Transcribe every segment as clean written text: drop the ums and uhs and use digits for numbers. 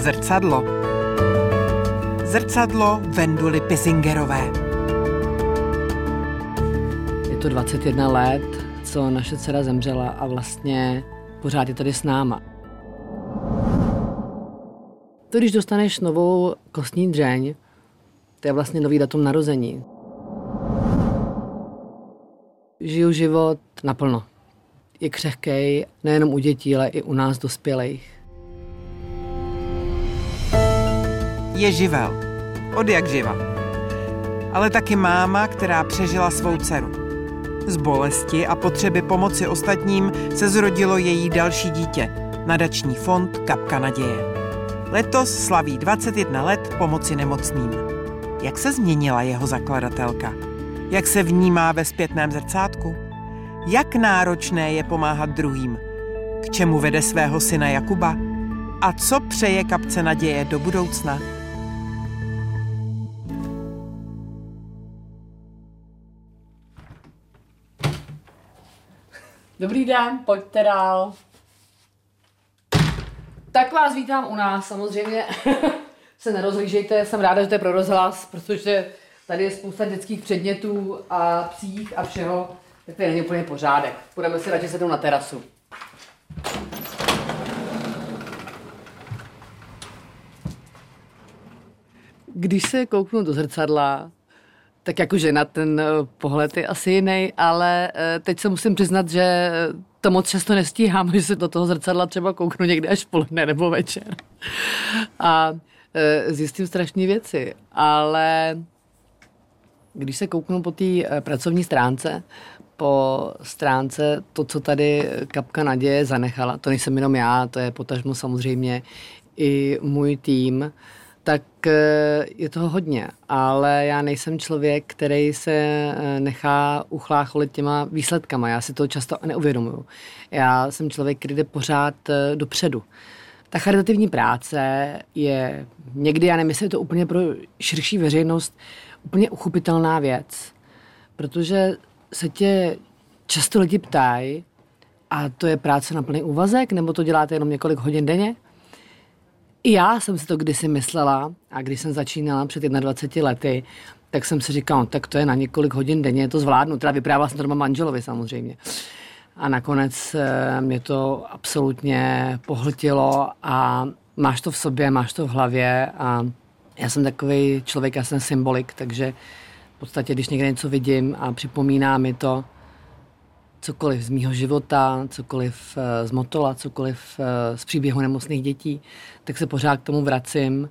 Zrcadlo. Zrcadlo Venduly Pisingerové. Je to 21 let, co naše dcera zemřela a vlastně pořád je tady s náma. To, když dostaneš novou kostní dřeň, to je vlastně nový datum narození. Žiju život naplno. Je křehkej nejenom u dětí, ale i u nás dospělých. Je živel. Od jak živa. Ale taky máma, která přežila svou dceru. Z bolesti a potřeby pomoci ostatním se zrodilo její další dítě. Nadační fond Kapka naděje. Letos slaví 21 let pomoci nemocným. Jak se změnila jeho zakladatelka? Jak se vnímá ve zpětném zrcátku? Jak náročné je pomáhat druhým? K čemu vede svého syna Jakuba? A co přeje Kapce naděje do budoucna? Dobrý den, pojďte dál. Tak vás vítám u nás, samozřejmě se nerozhlížejte, jsem ráda, že to je pro rozhlas, protože tady je spousta dětských předmětů a psích a všeho, tak tady není úplně pořádek. Půjdeme si radši sednout na terasu. Když se kouknu do zrcadla, tak jako žena ten pohled je asi jiný, ale teď se musím přiznat, že to moc často nestíhám, že se do toho zrcadla třeba kouknu někdy až v poledne nebo večer. A zjistím strašné věci, ale když se kouknu po té pracovní stránce, po stránce to, co tady Kapka naděje zanechala, to nejsem jenom já, to je potažmo samozřejmě i můj tým, tak je toho hodně, ale já nejsem člověk, který se nechá uchlácholit těma výsledkama. Já si to často neuvědomuju. Já jsem člověk, který jde pořád dopředu. Ta charitativní práce je někdy, já nevím, jestli je to úplně pro širší veřejnost, úplně uchopitelná věc, protože se tě často lidi ptají, a to je práce na plný úvazek, nebo to děláte jenom několik hodin denně? I já jsem si to kdysi myslela a když jsem začínala před 21 lety, tak jsem si říkala, tak to je na několik hodin denně, to zvládnu. Teda vyprávěla jsem to doma manželovi samozřejmě. A nakonec mě to absolutně pohltilo a máš to v sobě, máš to v hlavě a já jsem takový člověk, já jsem symbolik, takže v podstatě, když někde něco vidím a připomíná mi to, cokoliv z mýho života, cokoliv z Motola, cokoliv z příběhu nemocných dětí, tak se pořád k tomu vracím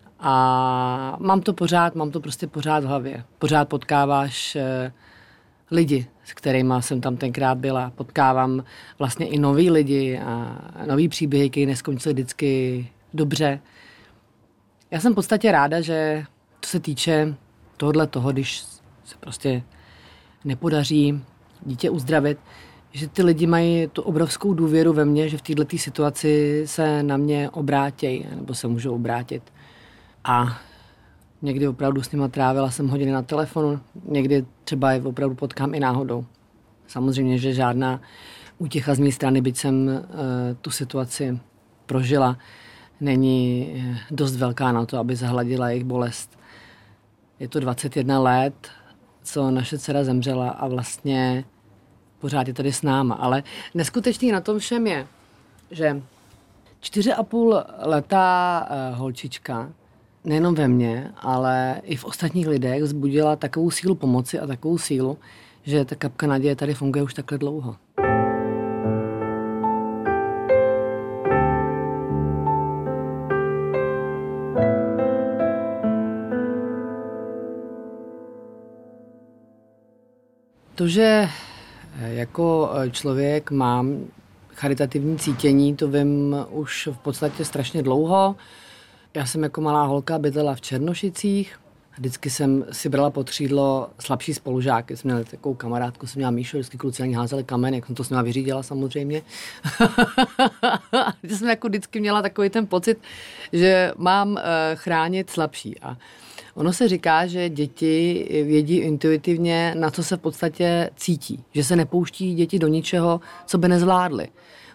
a mám to prostě pořád v hlavě. Pořád potkáváš lidi, s kterými jsem tam tenkrát byla. Potkávám vlastně i nový lidi a nový příběhy, které neskončily vždycky dobře. Já jsem v podstatě ráda, že co se týče toho, když se prostě nepodaří dítě uzdravit, že ty lidi mají tu obrovskou důvěru ve mně, že v této situaci se na mě obrátějí, nebo se můžou obrátit. A někdy opravdu s nima trávila jsem hodiny na telefonu, někdy třeba je opravdu potkám i náhodou. Samozřejmě, že žádná útěcha z mé strany, byť jsem tu situaci prožila, není dost velká na to, aby zahladila jejich bolest. Je to 21 let, co naše dcera zemřela a vlastně pořád je tady s náma. Ale neskutečný na tom všem je, že 4,5 letá holčička nejenom ve mně, ale i v ostatních lidech vzbudila takovou sílu pomoci a takovou sílu, že ta Kapka naděje tady funguje už takhle dlouho. To, že jako člověk mám charitativní cítění, to vím už v podstatě strašně dlouho. Já jsem jako malá holka bydlela v Černošicích. Vždycky jsem si brala pod křídlo slabší spolužáky. Jsem měla takovou kamarádku, jsem měla Míšu, vždycky kluci na ní házeli kamen, jak jsem to s nima vyřídila samozřejmě. Že jsem jako vždycky měla takový ten pocit, že mám chránit slabší. A ono se říká, že děti vědí intuitivně, na co se v podstatě cítí. Že se nepouští děti do ničeho, co by nezvládly.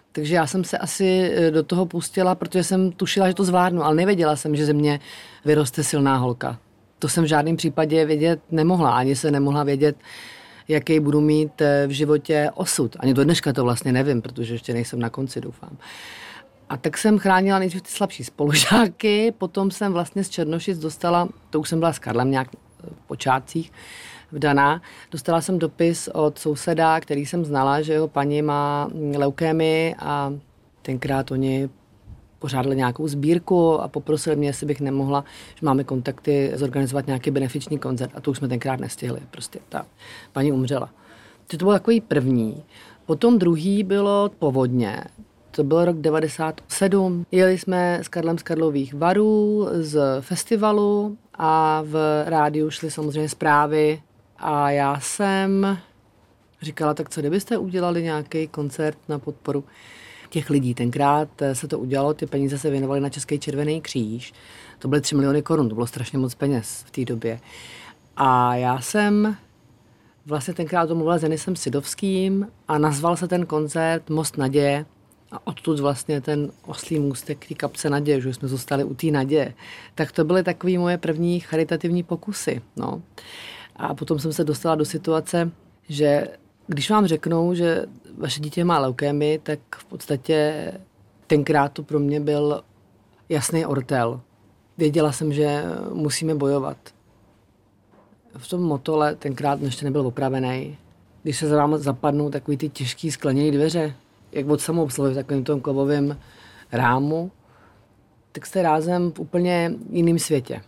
Takže já jsem se asi do toho pustila, protože jsem tušila, že to zvládnu, ale nevěděla jsem, že ze mě vyroste silná holka. To jsem v žádném případě vědět nemohla, ani se nemohla vědět, jaký budu mít v životě osud. Ani do dneška to vlastně nevím, protože ještě nejsem na konci, doufám. A tak jsem chránila nejdřív ty slabší spolužáky, potom jsem vlastně z Černošic dostala, to už jsem byla s Karlem nějak v počátcích, vdaná, dostala jsem dopis od souseda, který jsem znala, že jeho paní má leukémii a tenkrát oni pořádali nějakou sbírku a poprosili mě, jestli bych nemohla, že máme kontakty, zorganizovat nějaký benefiční koncert a to už jsme tenkrát nestihli, prostě ta paní umřela. To bylo takový první. Potom druhý bylo povodně. To byl rok 97. Jeli jsme s Karlem z Karlových Varů z festivalu a v rádiu šly samozřejmě zprávy a já jsem říkala, tak co kdybyste udělali nějaký koncert na podporu těch lidí. Tenkrát se to udělalo, ty peníze se věnovaly na Český červený kříž. To byly 3 miliony korun, to bylo strašně moc peněz v té době. A já jsem vlastně tenkrát o tom mluvila s Denisem Sidovským a nazval se ten koncert Most naděje. A odtud vlastně ten oslý můstek k té kapce naděje, že jsme zůstali u té naděje. Tak to byly takové moje první charitativní pokusy. No. A potom jsem se dostala do situace, že když vám řeknou, že vaše dítě má leukémii, tak v podstatě tenkrát to pro mě byl jasný ortel. Věděla jsem, že musíme bojovat. V tom motole tenkrát ještě nebyl opravený. Když se za váma zapadnou takový ty těžký skleněné dveře, jak od samoobsluhy v takovém tom kovovém rámu, tak jste rázem v úplně jiném světě.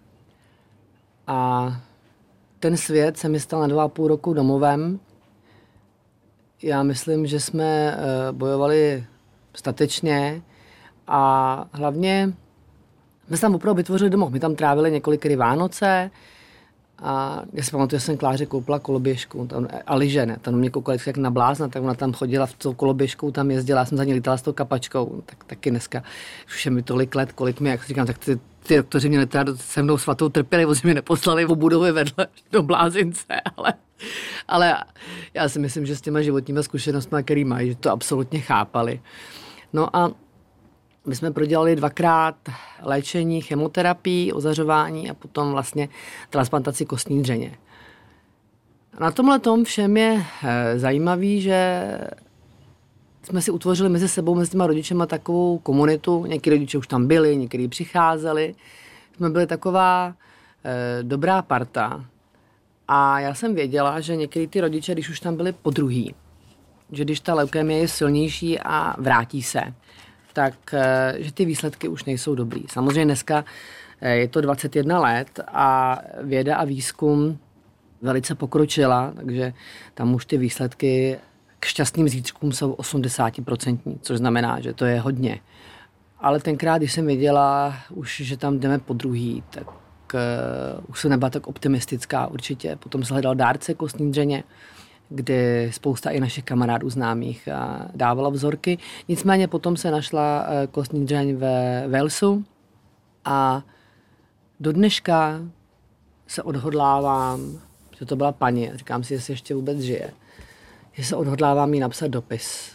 A ten svět se mi stal na 2,5 roku domovem. Já myslím, že jsme bojovali statečně a hlavně jsme tam opravdu vytvořili domov. My tam trávili několikrát Vánoce a já si pamatuju, že jsem Kláře koupila koloběžku a lyže, ne, tam mě koukala jak na blázna, tak ona tam chodila v tou koloběžkou, tam jezdila, já jsem za ní lítala s tou kapačkou, tak taky dneska už je mi tolik let, kolik mi, jak si říkám, tak ty doktoři měli teda se mnou svatou trpělivost, mi neposlali v budově vedle do blázince, ale já si myslím, že s těma životníma zkušenostmi, který mají, že to absolutně chápali. No a my jsme prodělali 2krát léčení, chemoterapii, ozařování a potom vlastně transplantaci kostní dřeně. Na tomhle tom všem je zajímavý, že jsme si utvořili mezi sebou, mezi těma rodičema takovou komunitu. Někdy rodiče už tam byli, někdy přicházeli. Jsme byli taková dobrá parta. A já jsem věděla, že někdy ty rodiče, když už tam byli podruhý, že když ta leukémie je silnější a vrátí se, tak že ty výsledky už nejsou dobrý. Samozřejmě dneska je to 21 let a věda a výzkum velice pokročila, takže tam už ty výsledky k šťastným zítřkům jsou 80%, což znamená, že to je hodně. Ale tenkrát, když jsem věděla už, že tam jdeme podruhý, tak už jsem nebyla tak optimistická určitě. Potom se hledal dárce kostní dřeně, kde spousta i našich kamarádů známých dávala vzorky. Nicméně potom se našla kostní dřeň ve Walesu a do dneška se odhodlávám, že to byla paní, říkám si, jestli ještě vůbec žije, že se odhodlávám jí napsat dopis.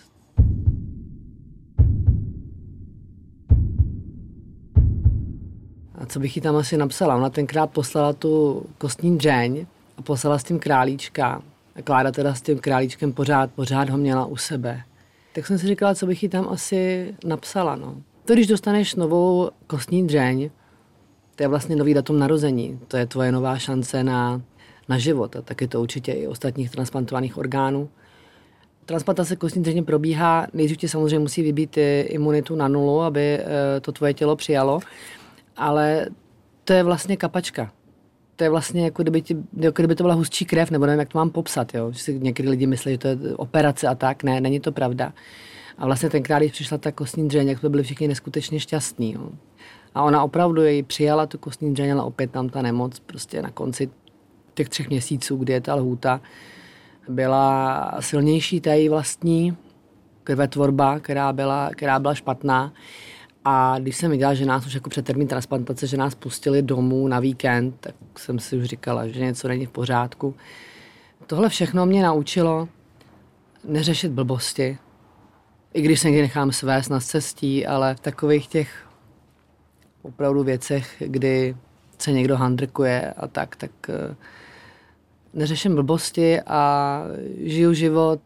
A co bych jí tam asi napsala? Ona tenkrát poslala tu kostní dřeň a poslala s tím králíčka. A Klára teda s tím králíčkem pořád ho měla u sebe. Tak jsem si říkala, co bych jí tam asi napsala. No. To, když dostaneš novou kostní dřeň, to je vlastně nový datum narození. To je tvoje nová šance na život. A tak je to určitě i ostatních transplantovaných orgánů. Transplantace kostní dřeně probíhá. Nejdřív ti samozřejmě musí vybít imunitu na nulu, aby to tvoje tělo přijalo. Ale to je vlastně kapačka. To je vlastně, jako kdyby to byla hustší krev, nebo nevím, jak to mám popsat. Jo? Že si někdy lidi myslí, že to je operace a tak. Ne, není to pravda. A vlastně tenkrát, když přišla ta kostní dřeň, jak to byli všichni neskutečně šťastní. Jo? A ona opravdu jej přijala tu kostní dřeň, ale opět tam ta nemoc prostě na konci těch 3 měsíců, kdy je ta lhůta, byla silnější ta její vlastní krvetvorba, která byla špatná. A když jsem viděla, že nás už jako před termín transplantace, že nás pustili domů na víkend, tak jsem si už říkala, že něco není v pořádku. Tohle všechno mě naučilo neřešit blbosti, I když se někdy nechám svést na cestí, ale v takových těch opravdu věcech, kdy se někdo handrkuje a tak neřeším blbosti a žiju život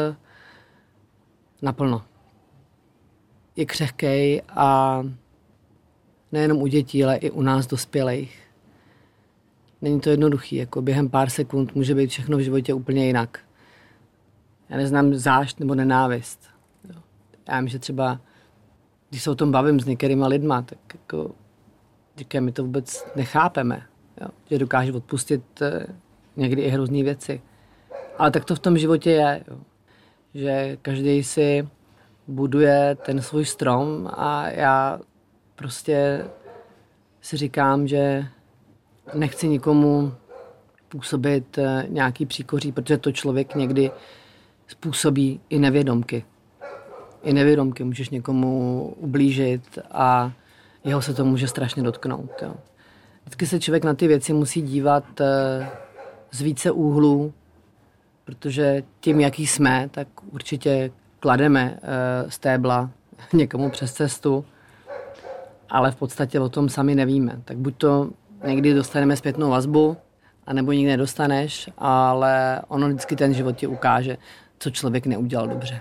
naplno. Je křehkej a nejenom u dětí, ale i u nás dospělých. Není to jednoduchý, jako během pár sekund může být všechno v životě úplně jinak. Já neznám zášť nebo nenávist. Já vím, že třeba, když se o tom bavím s některýma lidma, tak jako říkám, my to vůbec nechápeme. Jo? Že dokáže odpustit někdy i hrozný věci. Ale tak to v tom životě je. Jo? Že každý si buduje ten svůj strom a já prostě si říkám, že nechci nikomu působit nějaký příkoří, protože to člověk někdy způsobí i nevědomky. I nevědomky můžeš někomu ublížit a jeho se to může strašně dotknout. Jo. Vždycky se člověk na ty věci musí dívat z více úhlů, protože tím, jaký jsme, tak určitě klademe stébla někomu přes cestu, ale v podstatě o tom sami nevíme. Tak buď to někdy dostaneme zpětnou vazbu, anebo nikdy nedostaneš, ale ono vždycky ten život ti ukáže, co člověk neudělal dobře.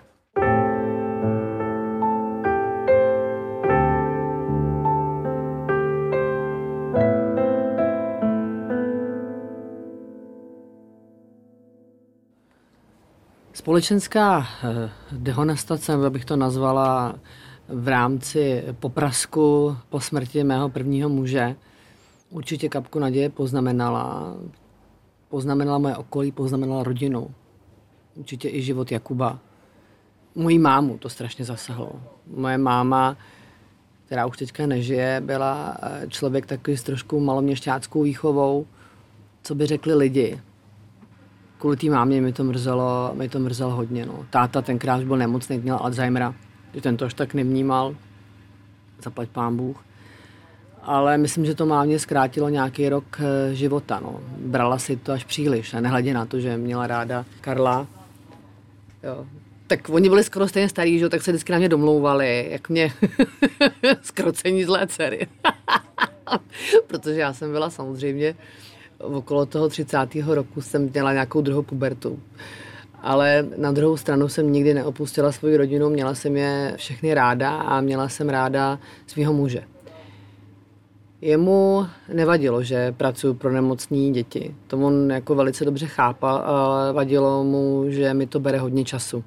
Společenská dehonestace, nebo bych to nazvala, v rámci poprasku po smrti mého prvního muže určitě kapku naděje poznamenala. Poznamenala moje okolí, poznamenala rodinu. Určitě i život Jakuba. Moji mámu to strašně zasahlo. Moje máma, která už teďka nežije, byla člověk takový s trošku maloměšťáckou výchovou, co by řekli lidi. Kvůli té mámě mi to mrzelo hodně. No. Táta tenkrát už byl nemocný, měl Alzheimera, že ten to až tak nevnímal, zaplať pán Bůh. Ale myslím, že to mámě zkrátilo nějaký rok života. No. Brala si to až příliš, a nehledě na to, že měla ráda Karla. Jo. Tak oni byli skoro stejně starý, že? Tak se vždycky na mě domlouvali, jak mě zkrocení zlé dcery. Protože já jsem byla samozřejmě okolo toho 30. roku jsem měla nějakou druhou pubertu. Ale na druhou stranu jsem nikdy neopustila svou rodinu, měla jsem je všechny ráda a měla jsem ráda svého muže. Jemu nevadilo, že pracuji pro nemocné děti. To on jako velice dobře chápal, ale vadilo mu, že mi to bere hodně času.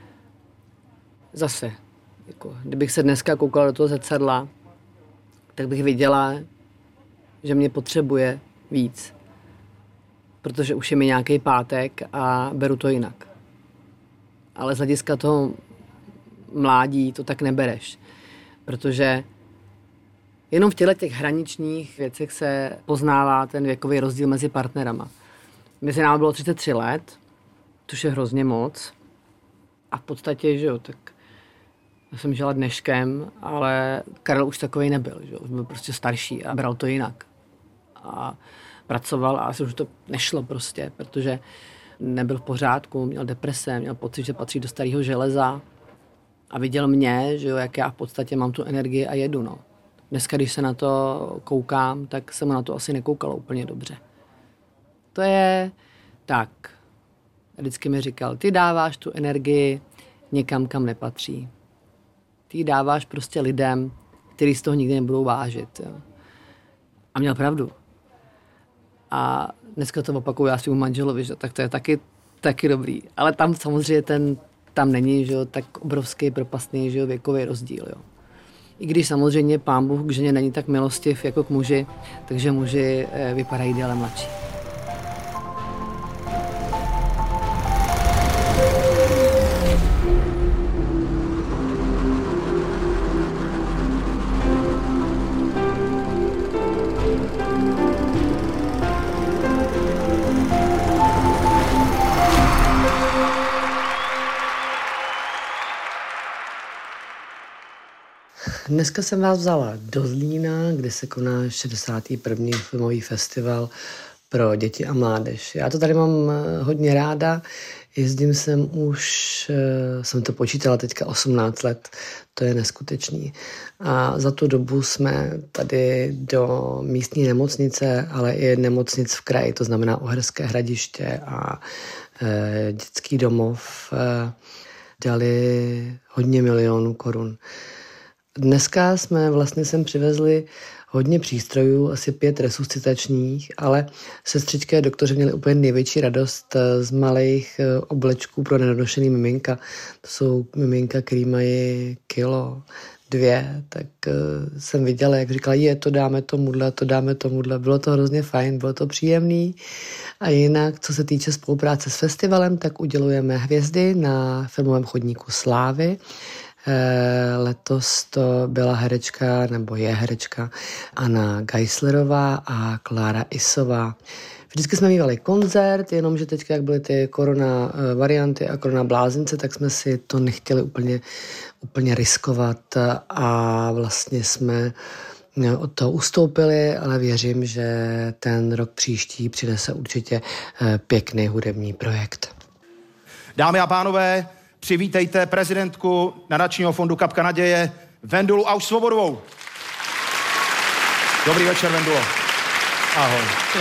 Zase, jako, kdybych se dneska koukala do toho zrcadla, tak bych viděla, že mě potřebuje víc. Protože už je mi nějaký pátek a beru to jinak. Ale z hlediska toho mládí to tak nebereš. Protože jenom v těch hraničních věcech se poznává ten věkový rozdíl mezi partnerama. Mezi námi bylo 33 let, což je hrozně moc. A v podstatě, že jo, tak já jsem žila dneškem, ale Karel už takovej nebyl, že jo, už byl prostě starší a bral to jinak. A pracoval a asi už to nešlo prostě, protože nebyl v pořádku, měl deprese, měl pocit, že patří do starého železa a viděl mě, že jo, jak já v podstatě mám tu energii a jedu, no. Dneska, když se na to koukám, tak se mu na to asi nekoukalo úplně dobře. To je tak. Vždycky mi říkal, ty dáváš tu energii někam, kam nepatří. Ty ji dáváš prostě lidem, kteří z toho nikdy nebudou vážit. Jo. A měl pravdu. A dneska to opakuju já svým manželovi, že tak to je taky dobrý. Ale tam samozřejmě tam není, že jo, tak obrovský propastný, že jo, věkový rozdíl. Jo. I když samozřejmě pán Bůh k ženě není tak milostiv jako k muži, takže muži vypadají déle mladší. Dneska jsem vás vzala do Zlína, kde se koná 61. filmový festival pro děti a mládež. Já to tady mám hodně ráda. Jezdím jsem jsem to počítala teďka 18 let, to je neskutečný. A za tu dobu jsme tady do místní nemocnice, ale i nemocnic v kraji, to znamená Uherské Hradiště a dětský domov, dali hodně milionů korun. Dneska jsme vlastně sem přivezli hodně přístrojů, asi 5 resuscitačních, ale sestřičky a doktoři měli úplně největší radost z malých oblečků pro nedonošený miminka. To jsou miminka, který mají 1, 2 kilo, tak jsem viděla, jak říkala, to dáme tomuhle. Bylo to hrozně fajn, bylo to příjemný. A jinak, co se týče spolupráce s festivalem, tak udělujeme hvězdy na filmovém chodníku Slávy. Letos to byla herečka, nebo je herečka Anna Geislerová a Klára Isová. Vždycky jsme mívali koncert, jenomže teď, jak byly ty korona varianty a korona blázince, tak jsme si to nechtěli úplně riskovat a vlastně jsme od toho ustoupili, ale věřím, že ten rok příští přinese určitě pěkný hudební projekt. Dámy a pánové, přivítejte prezidentku nadačního fondu Kapka naděje Vendulu Auš-Svobodovou. Dobrý večer, Vendulo. Ahoj.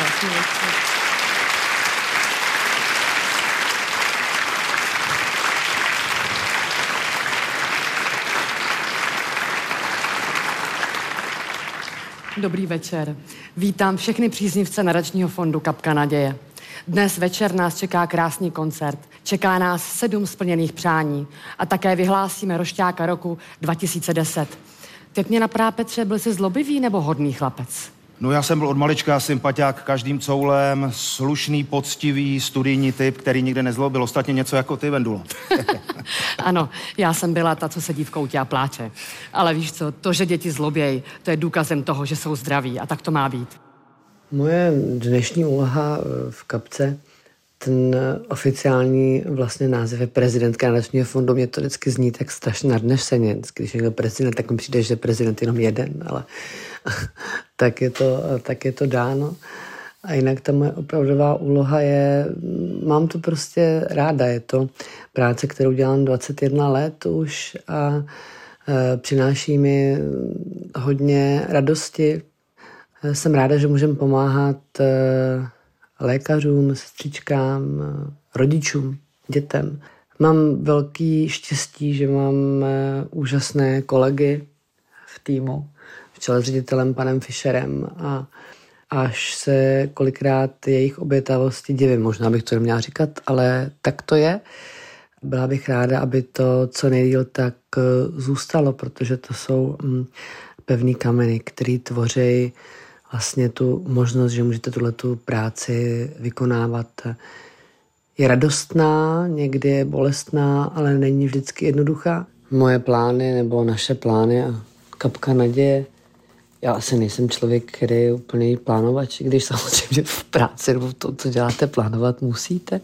Dobrý večer. Vítám všechny příznivce nadačního fondu Kapka naděje. Dnes večer nás čeká krásný koncert. Čeká nás 7 splněných přání a také vyhlásíme rošťáka roku 2010. Teď mě napadá, Petře, byl jsi zlobivý nebo hodný chlapec? No já jsem byl od malička sympatiák každým coulem, slušný, poctivý, studijní typ, který nikdy nezlobil. Ostatně něco jako ty, Vendulo. Ano, já jsem byla ta, co sedí v koutě a pláče. Ale víš co, to, že děti zlobějí, to je důkazem toho, že jsou zdraví a tak to má být. Moje dnešní úloha v Kapce, ten oficiální vlastně název je prezidentka nadačního fondu. Mě to vždycky zní tak strašně nadneseně. Když někdo prezident, tak mi přijde, že prezident je jenom jeden, ale tak je to dáno. A jinak ta moje opravdová úloha je, mám to prostě ráda, je to práce, kterou dělám 21 let už a přináší mi hodně radosti. Jsem ráda, že můžeme pomáhat lékařům, sestřičkám, rodičům, dětem. Mám velký štěstí, že mám úžasné kolegy v týmu, v čele s ředitelem panem Fischerem a až se kolikrát jejich obětavosti divím. Možná bych to neměla říkat, ale tak to je. Byla bych ráda, aby to co nejdýl tak zůstalo, protože to jsou pevný kameny, který tvoří vlastně tu možnost, že můžete tuhletu práci vykonávat. Je radostná, někdy je bolestná, ale není vždycky jednoduchá. Moje plány nebo naše plány a Kapka naděje. Já asi nejsem člověk, který je úplný plánovač, když samozřejmě v práci nebo to, co děláte, plánovat musíte.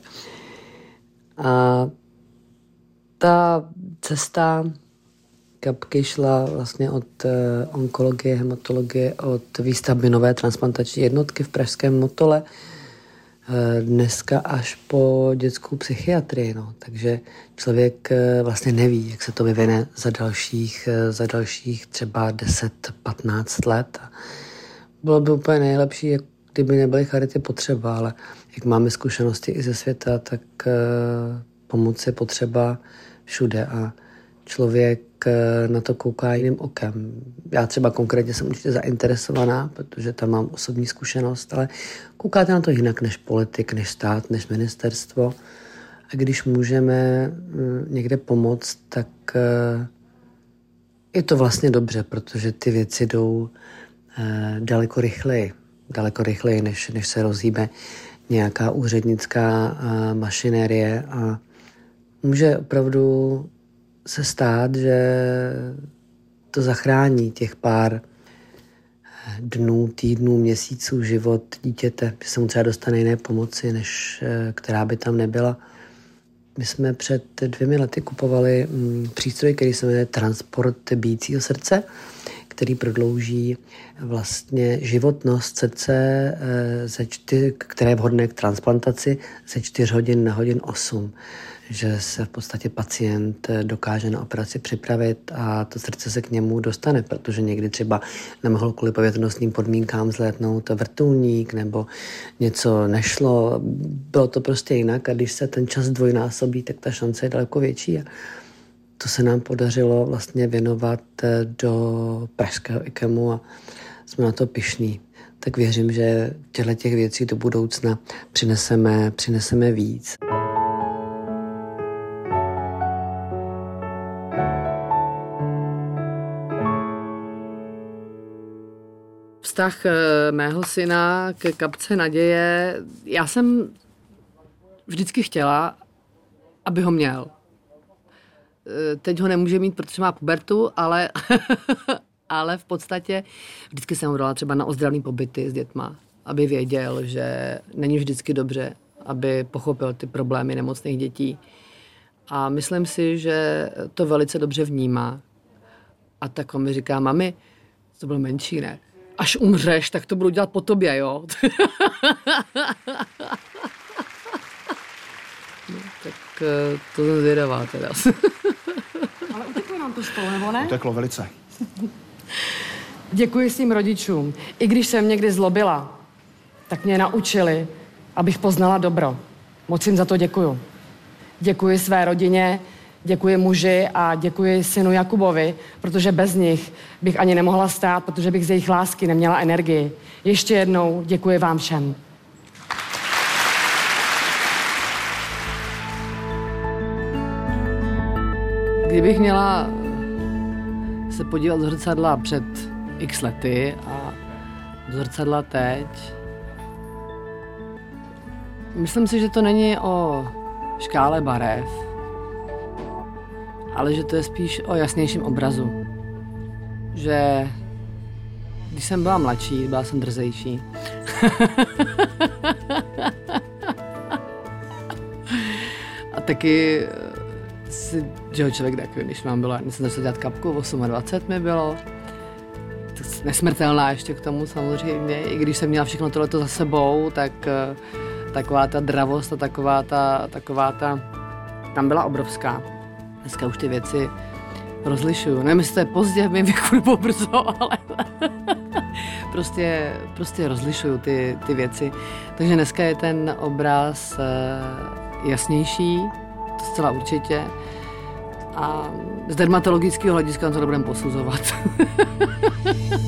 A ta cesta Kapky šla vlastně od onkologie, hematologie, od výstavby nové transplantační jednotky v pražském Motole, dneska až po dětskou psychiatrii. No. Takže člověk vlastně neví, jak se to vyvine za dalších třeba 10-15 let. Bylo by úplně nejlepší, kdyby nebyly charity potřeba, ale jak máme zkušenosti i ze světa, tak pomoc je potřeba všude a člověk na to kouká jiným okem. Já třeba konkrétně jsem určitě zainteresovaná, protože tam mám osobní zkušenost, ale koukáte na to jinak než politik, než stát, než ministerstvo. A když můžeme někde pomoct, tak je to vlastně dobře, protože ty věci jdou daleko rychleji, než se rozhýbe nějaká úřednická mašinérie a může opravdu se stát, že to zachrání těch pár dnů, týdnů, měsíců život dítěte, že se mu třeba dostane jiné pomoci, než která by tam nebyla. My jsme před 2 lety kupovali přístroj, který se jmenuje Transport bijícího srdce, který prodlouží vlastně životnost srdce, které je vhodné k transplantaci, ze 4 hodin na hodin 8. Že se v podstatě pacient dokáže na operaci připravit a to srdce se k němu dostane, protože někdy třeba nemohl kvůli povětrnostním podmínkám zlétnout vrtulník nebo něco nešlo. Bylo to prostě jinak a když se ten čas dvojnásobí, tak ta šance je daleko větší. A to se nám podařilo vlastně věnovat do pražského IKEMu a jsme na to pyšní. Tak věřím, že těch věcí do budoucna přineseme víc. Vztah mého syna ke kapce naděje, já jsem vždycky chtěla, aby ho měl. Teď ho nemůže mít, protože má pubertu, ale v podstatě vždycky jsem ho dala třeba na ozdravný pobyty s dětma, aby věděl, že není vždycky dobře, aby pochopil ty problémy nemocných dětí. A myslím si, že to velice dobře vnímá. A tak on mi říká, mami, to byl menší, ne? Až umřeš, tak to budu dělat po tobě, jo? No, tak to jsem zvědavá teda. Ale uteklo nám to spolu, nebo ne? Uteklo velice. Děkuji svým rodičům. I když jsem někdy zlobila, tak mě naučili, abych poznala dobro. Moc jim za to děkuju. Děkuji své rodině, děkuji muži a děkuji synu Jakubovi, protože bez nich bych ani nemohla stát, protože bych z jejich lásky neměla energii. Ještě jednou děkuji vám všem. Kdybych měla se podívat do zrcadla před x lety a do zrcadla teď, myslím si, že to není o škále barev, ale že to je spíš o jasnějším obrazu. Že když jsem byla mladší, byla jsem drzejší. A taky že člověk takový, když mám bylo, jsem začala dělat kapku, 28 mi bylo. Nesmrtelná ještě k tomu samozřejmě. I když jsem měla všechno tohleto za sebou, tak taková ta dravost a taková ta tam byla obrovská. Dneska už ty věci rozlišuju. Nevím, jestli to je pozdě v mém věku nebo brzo, ale prostě rozlišuju ty věci. Takže dneska je ten obraz jasnější, to zcela určitě. A z dermatologického hlediska to nebudeme posuzovat.